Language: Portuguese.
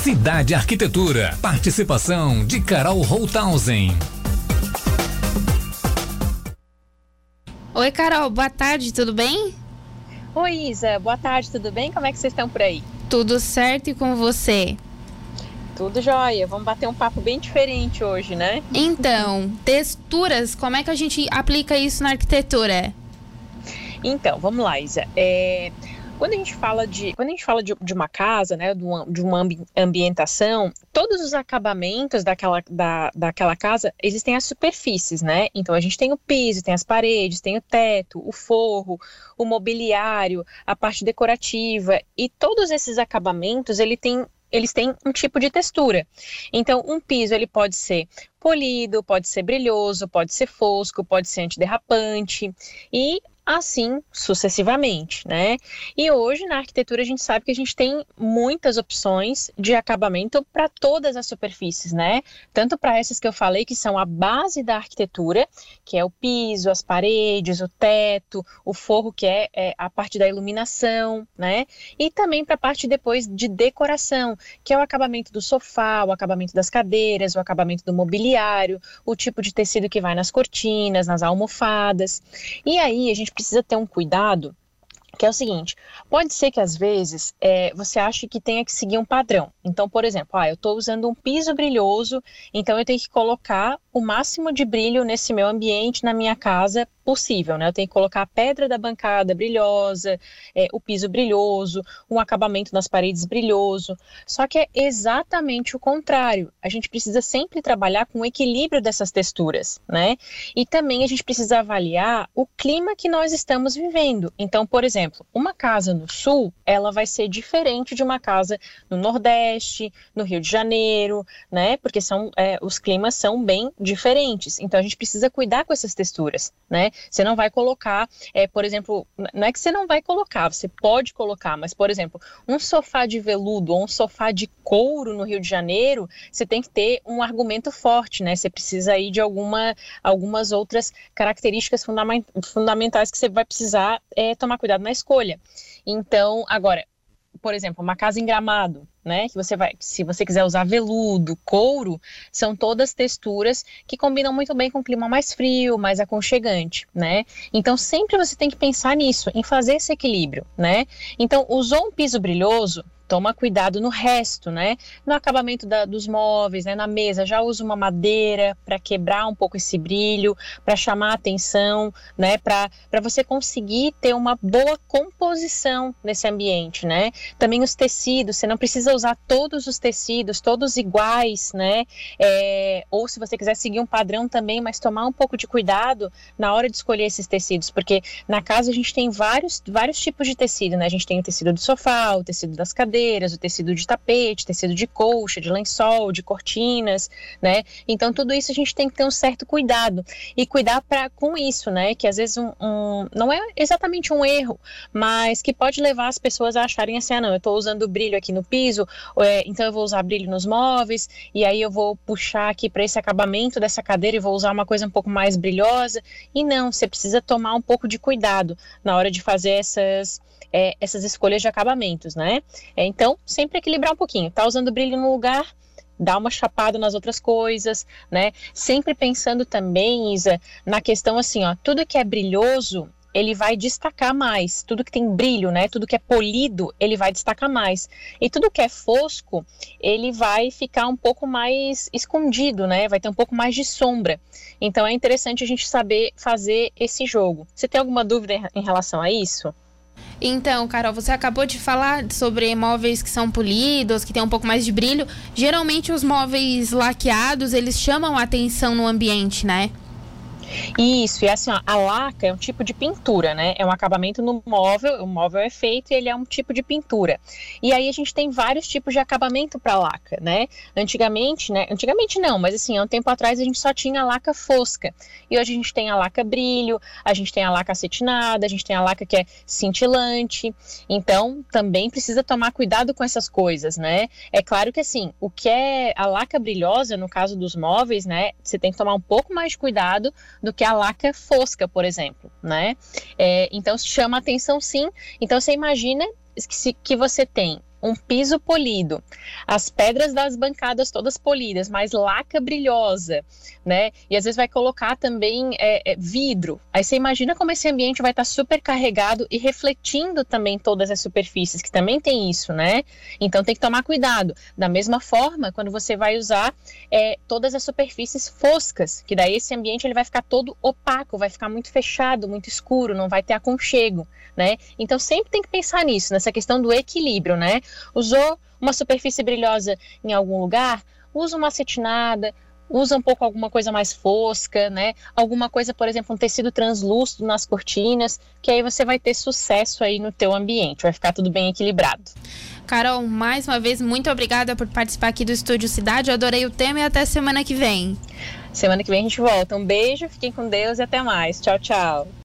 Cidade Arquitetura. Participação de Carol Holthausen. Oi, Carol, boa tarde, tudo bem? Oi, Isa, boa tarde, tudo bem? Como é que vocês estão por aí? Tudo certo, e com você? Tudo jóia, vamos bater um papo bem diferente hoje, né? Então, texturas, como é que a gente aplica isso na arquitetura? Então, vamos lá, Isa. Quando a gente fala de uma casa, né, de uma ambientação, todos os acabamentos daquela casa, eles têm as superfícies, né? Então a gente tem o piso, tem as paredes, tem o teto, o forro, o mobiliário, a parte decorativa, e todos esses acabamentos, eles têm um tipo de textura. Então, um piso ele pode ser polido, pode ser brilhoso, pode ser fosco, pode ser antiderrapante e assim sucessivamente, né? E hoje na arquitetura a gente sabe que a gente tem muitas opções de acabamento para todas as superfícies, né? Tanto para essas que eu falei que são a base da arquitetura, que é o piso, as paredes, o teto, o forro, que é a parte da iluminação, né? E também para a parte depois de decoração, que é o acabamento do sofá, o acabamento das cadeiras, o acabamento do mobiliário, o tipo de tecido que vai nas cortinas, nas almofadas. E aí a gente precisa ter um cuidado, que é o seguinte: pode ser que às vezes você ache que tenha que seguir um padrão. Então, por exemplo, eu estou usando um piso brilhoso, então eu tenho que colocar o máximo de brilho nesse meu ambiente, na minha casa, possível, né? Eu tenho que colocar a pedra da bancada brilhosa, o piso brilhoso, um acabamento nas paredes brilhoso. Só que é exatamente o contrário. A gente precisa sempre trabalhar com o equilíbrio dessas texturas, né? E também a gente precisa avaliar o clima que nós estamos vivendo. Então, por exemplo, uma casa no sul, ela vai ser diferente de uma casa no Nordeste, no Rio de Janeiro, né? Porque os climas são bem diferentes. Então, a gente precisa cuidar com essas texturas, né? Você não vai colocar, por exemplo, não é que você não vai colocar, você pode colocar, mas, por exemplo, um sofá de veludo ou um sofá de couro no Rio de Janeiro, você tem que ter um argumento forte, né? Você precisa aí de algumas outras características fundamentais que você vai precisar tomar cuidado na escolha. Então, agora, por exemplo, uma casa em Gramado, né, se você quiser usar veludo, couro, são todas texturas que combinam muito bem com um clima mais frio, mais aconchegante, né? Então sempre você tem que pensar nisso, em fazer esse equilíbrio, né? Então, usou um piso brilhoso, toma cuidado no resto, né? No acabamento dos móveis, né? Na mesa, já usa uma madeira para quebrar um pouco esse brilho, para chamar a atenção, né? Para você conseguir ter uma boa composição nesse ambiente, né? Também os tecidos, você não precisa usar todos os tecidos, todos iguais, né? Ou se você quiser seguir um padrão também, mas tomar um pouco de cuidado na hora de escolher esses tecidos, porque na casa a gente tem vários tipos de tecido, né? A gente tem o tecido do sofá, o tecido das cadeiras, o tecido de tapete, tecido de colcha, de lençol, de cortinas, né? Então tudo isso a gente tem que ter um certo cuidado e cuidar com isso, né? Que às vezes não é exatamente um erro, mas que pode levar as pessoas a acharem assim, não, eu estou usando brilho aqui no piso, então eu vou usar brilho nos móveis e aí eu vou puxar aqui para esse acabamento dessa cadeira e vou usar uma coisa um pouco mais brilhosa. E não, você precisa tomar um pouco de cuidado na hora de fazer essas escolhas de acabamentos, né? Então, sempre equilibrar um pouquinho. Tá usando brilho no lugar, dá uma chapada nas outras coisas, né? Sempre pensando também, Isa, na questão assim, tudo que é brilhoso, ele vai destacar mais. Tudo que tem brilho, né? Tudo que é polido, ele vai destacar mais. E tudo que é fosco, ele vai ficar um pouco mais escondido, né? Vai ter um pouco mais de sombra. Então, é interessante a gente saber fazer esse jogo. Você tem alguma dúvida em relação a isso? Então, Carol, você acabou de falar sobre móveis que são polidos, que tem um pouco mais de brilho. Geralmente os móveis laqueados, eles chamam a atenção no ambiente, né? Isso, e assim, a laca é um tipo de pintura, né? É um acabamento no móvel, o móvel é feito e ele é um tipo de pintura. E aí a gente tem vários tipos de acabamento para laca, né? Antigamente não, mas assim, há um tempo atrás a gente só tinha a laca fosca. E hoje a gente tem a laca brilho, a gente tem a laca acetinada, a gente tem a laca que é cintilante. Então, também precisa tomar cuidado com essas coisas, né? É claro que assim, o que é a laca brilhosa, no caso dos móveis, né? Você tem que tomar um pouco mais de cuidado do que a laca fosca, por exemplo, né? Então chama atenção sim. Então você imagina que você tem um piso polido, as pedras das bancadas todas polidas, mais laca brilhosa, né? E às vezes vai colocar também vidro. Aí você imagina como esse ambiente vai estar super carregado e refletindo também todas as superfícies, que também tem isso, né? Então tem que tomar cuidado. Da mesma forma, quando você vai usar todas as superfícies foscas, que daí esse ambiente ele vai ficar todo opaco, vai ficar muito fechado, muito escuro, não vai ter aconchego, né? Então sempre tem que pensar nisso, nessa questão do equilíbrio, né? Usou uma superfície brilhosa em algum lugar, usa uma acetinada, usa um pouco alguma coisa mais fosca, né? Alguma coisa, por exemplo, um tecido translúcido nas cortinas, que aí você vai ter sucesso aí no teu ambiente, vai ficar tudo bem equilibrado. Carol, mais uma vez, muito obrigada por participar aqui do Estúdio Cidade. Eu adorei o tema e até semana que vem. Semana que vem a gente volta. Um beijo, fiquem com Deus e até mais. Tchau, tchau.